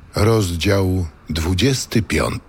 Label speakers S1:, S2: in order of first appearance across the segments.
S1: Rozdział 25.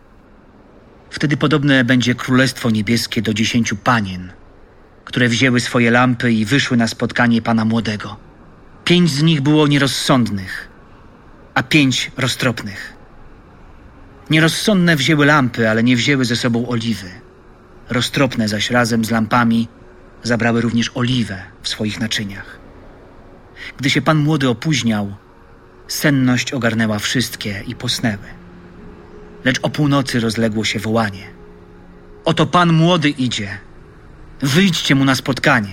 S2: Wtedy podobne będzie Królestwo Niebieskie do 10 panien, które wzięły swoje lampy i wyszły na spotkanie Pana Młodego. 5 z nich było nierozsądnych, a 5 roztropnych. Nierozsądne wzięły lampy, ale nie wzięły ze sobą oliwy. Roztropne zaś razem z lampami zabrały również oliwę w swoich naczyniach. Gdy się Pan Młody opóźniał, senność ogarnęła wszystkie i posnęły. Lecz o północy rozległo się wołanie: oto Pan Młody idzie, wyjdźcie mu na spotkanie.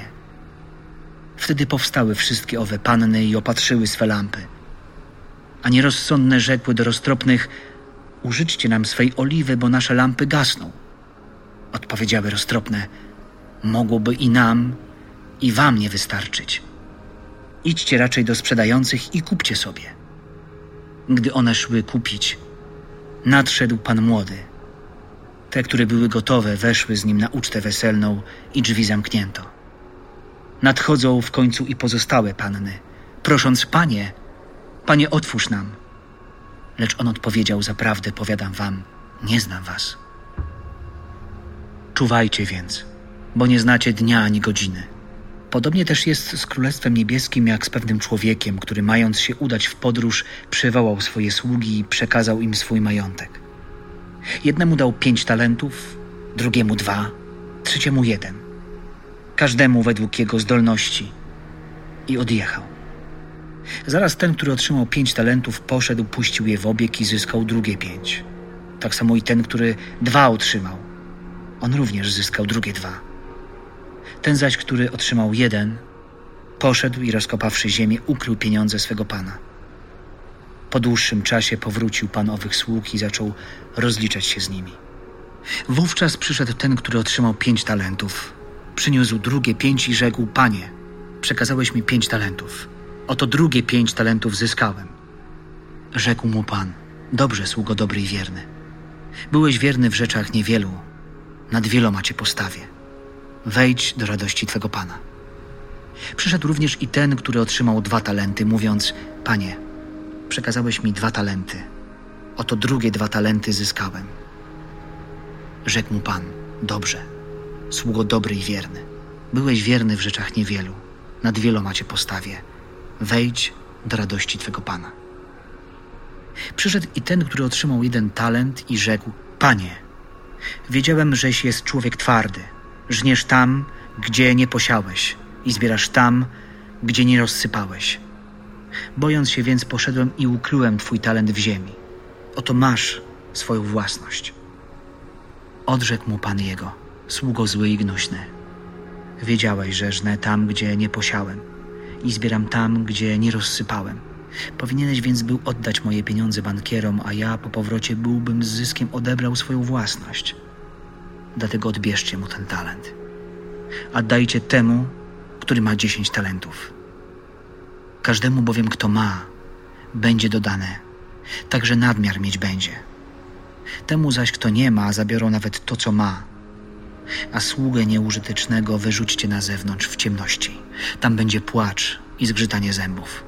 S2: Wtedy powstały wszystkie owe panny i opatrzyły swe lampy. A nierozsądne rzekły do roztropnych: użyczcie nam swej oliwy, bo nasze lampy gasną. Odpowiedziały roztropne: mogłoby i nam, i wam nie wystarczyć. Idźcie raczej do sprzedających i kupcie sobie. Gdy one szły kupić, nadszedł Pan Młody. Te, które były gotowe, weszły z nim na ucztę weselną i drzwi zamknięto. Nadchodzą w końcu i pozostałe panny, prosząc: Panie, Panie, otwórz nam. Lecz on odpowiedział: zaprawdę powiadam wam, nie znam was. Czuwajcie więc, bo nie znacie dnia ani godziny. Podobnie też jest z Królestwem Niebieskim jak z pewnym człowiekiem, który mając się udać w podróż, przywołał swoje sługi i przekazał im swój majątek. Jednemu dał 5 talentów, drugiemu 2, trzeciemu 1. Każdemu według jego zdolności i odjechał. Zaraz ten, który otrzymał 5 talentów, poszedł, puścił je w obieg i zyskał drugie 5. Tak samo i ten, który 2 otrzymał. On również zyskał drugie 2. Ten zaś, który otrzymał 1, poszedł i rozkopawszy ziemię, ukrył pieniądze swego pana. Po dłuższym czasie powrócił pan owych sług i zaczął rozliczać się z nimi. Wówczas przyszedł ten, który otrzymał 5 talentów. Przyniósł drugie 5 i rzekł: Panie, przekazałeś mi 5 talentów. Oto drugie 5 talentów zyskałem. Rzekł mu pan: dobrze, sługo dobry i wierny. Byłeś wierny w rzeczach niewielu, nad wieloma cię postawię. Wejdź do radości twego pana. Przyszedł również i ten, który otrzymał 2 talenty, mówiąc: Panie, przekazałeś mi 2 talenty. Oto drugie 2 talenty zyskałem. Rzekł mu pan: dobrze, sługo dobry i wierny. Byłeś wierny w rzeczach niewielu, nad wieloma cię postawię. Wejdź do radości twego pana. Przyszedł i ten, który otrzymał 1 talent i rzekł: Panie, wiedziałem, żeś jest człowiek twardy. Żniesz tam, gdzie nie posiałeś i zbierasz tam, gdzie nie rozsypałeś. Bojąc się więc, poszedłem i ukryłem twój talent w ziemi. Oto masz swoją własność. Odrzekł mu pan jego: sługo zły i gnuśny. Wiedziałeś, że żnę tam, gdzie nie posiałem i zbieram tam, gdzie nie rozsypałem. Powinieneś więc był oddać moje pieniądze bankierom, a ja po powrocie byłbym z zyskiem odebrał swoją własność. Dlatego odbierzcie mu ten talent, a dajcie temu, który ma 10 talentów. Każdemu bowiem, kto ma, będzie dodane, także nadmiar mieć będzie. Temu zaś, kto nie ma, zabiorą nawet to, co ma. A sługę nieużytecznego wyrzućcie na zewnątrz w ciemności. Tam będzie płacz i zgrzytanie zębów.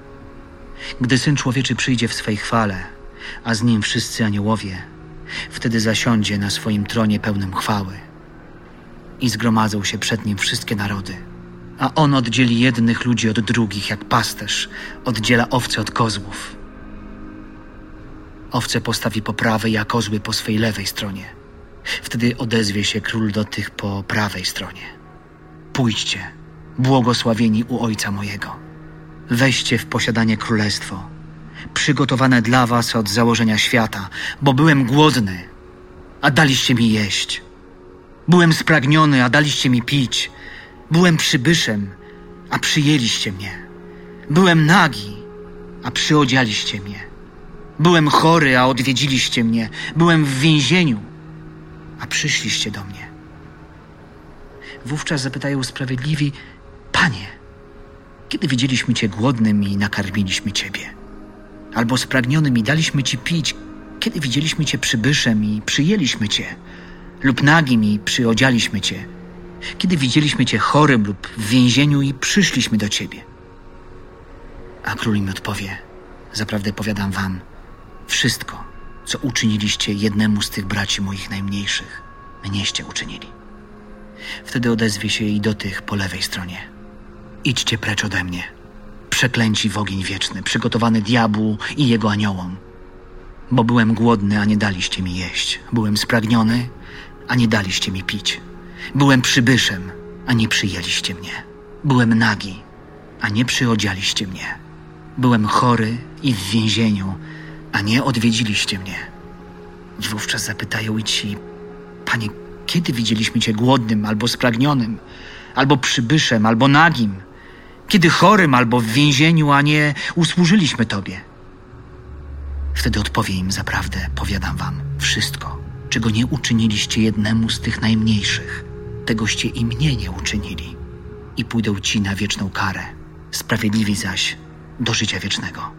S2: Gdy Syn Człowieczy przyjdzie w swej chwale, a z nim wszyscy aniołowie, wtedy zasiądzie na swoim tronie pełnym chwały i zgromadzą się przed nim wszystkie narody. A on oddzieli jednych ludzi od drugich, jak pasterz oddziela owce od kozłów. Owce postawi po prawej, a kozły po swej lewej stronie. Wtedy odezwie się król do tych po prawej stronie: pójdźcie, błogosławieni u Ojca mojego. Weźcie w posiadanie królestwo, przygotowane dla was od założenia świata, bo byłem głodny, a daliście mi jeść. Byłem spragniony, a daliście mi pić. Byłem przybyszem, a przyjęliście mnie. Byłem nagi, a przyodzialiście mnie. Byłem chory, a odwiedziliście mnie. Byłem w więzieniu, a przyszliście do mnie. Wówczas zapytają sprawiedliwi: Panie, kiedy widzieliśmy Cię głodnym i nakarmiliśmy Ciebie? Albo spragnionym i daliśmy Ci pić? Kiedy widzieliśmy Cię przybyszem i przyjęliśmy Cię? Lub nagim i przyodzialiśmy Cię? Kiedy widzieliśmy Cię chorym lub w więzieniu i przyszliśmy do Ciebie? A król im odpowie: zaprawdę powiadam wam, Wszystko, co uczyniliście jednemu z tych braci moich najmniejszych, mnieście uczynili. Wtedy odezwie się i do tych po lewej stronie. Idźcie precz ode mnie, przeklęci w ogień wieczny, przygotowany diabłu i jego aniołom. Bo byłem głodny, a nie daliście mi jeść. Byłem spragniony, a nie daliście mi pić. Byłem przybyszem, a nie przyjęliście mnie. Byłem nagi, a nie przyodzialiście mnie. Byłem chory i w więzieniu, a nie odwiedziliście mnie. I wówczas zapytają ci: Panie, kiedy widzieliśmy Cię głodnym albo spragnionym, albo przybyszem, albo nagim? Kiedy chorym albo w więzieniu, a nie usłużyliśmy Tobie? Wtedy odpowie im: zaprawdę, powiadam wam, wszystko, czego nie uczyniliście jednemu z tych najmniejszych, tegoście i mnie nie uczynili. I pójdą ci na wieczną karę, sprawiedliwi zaś do życia wiecznego.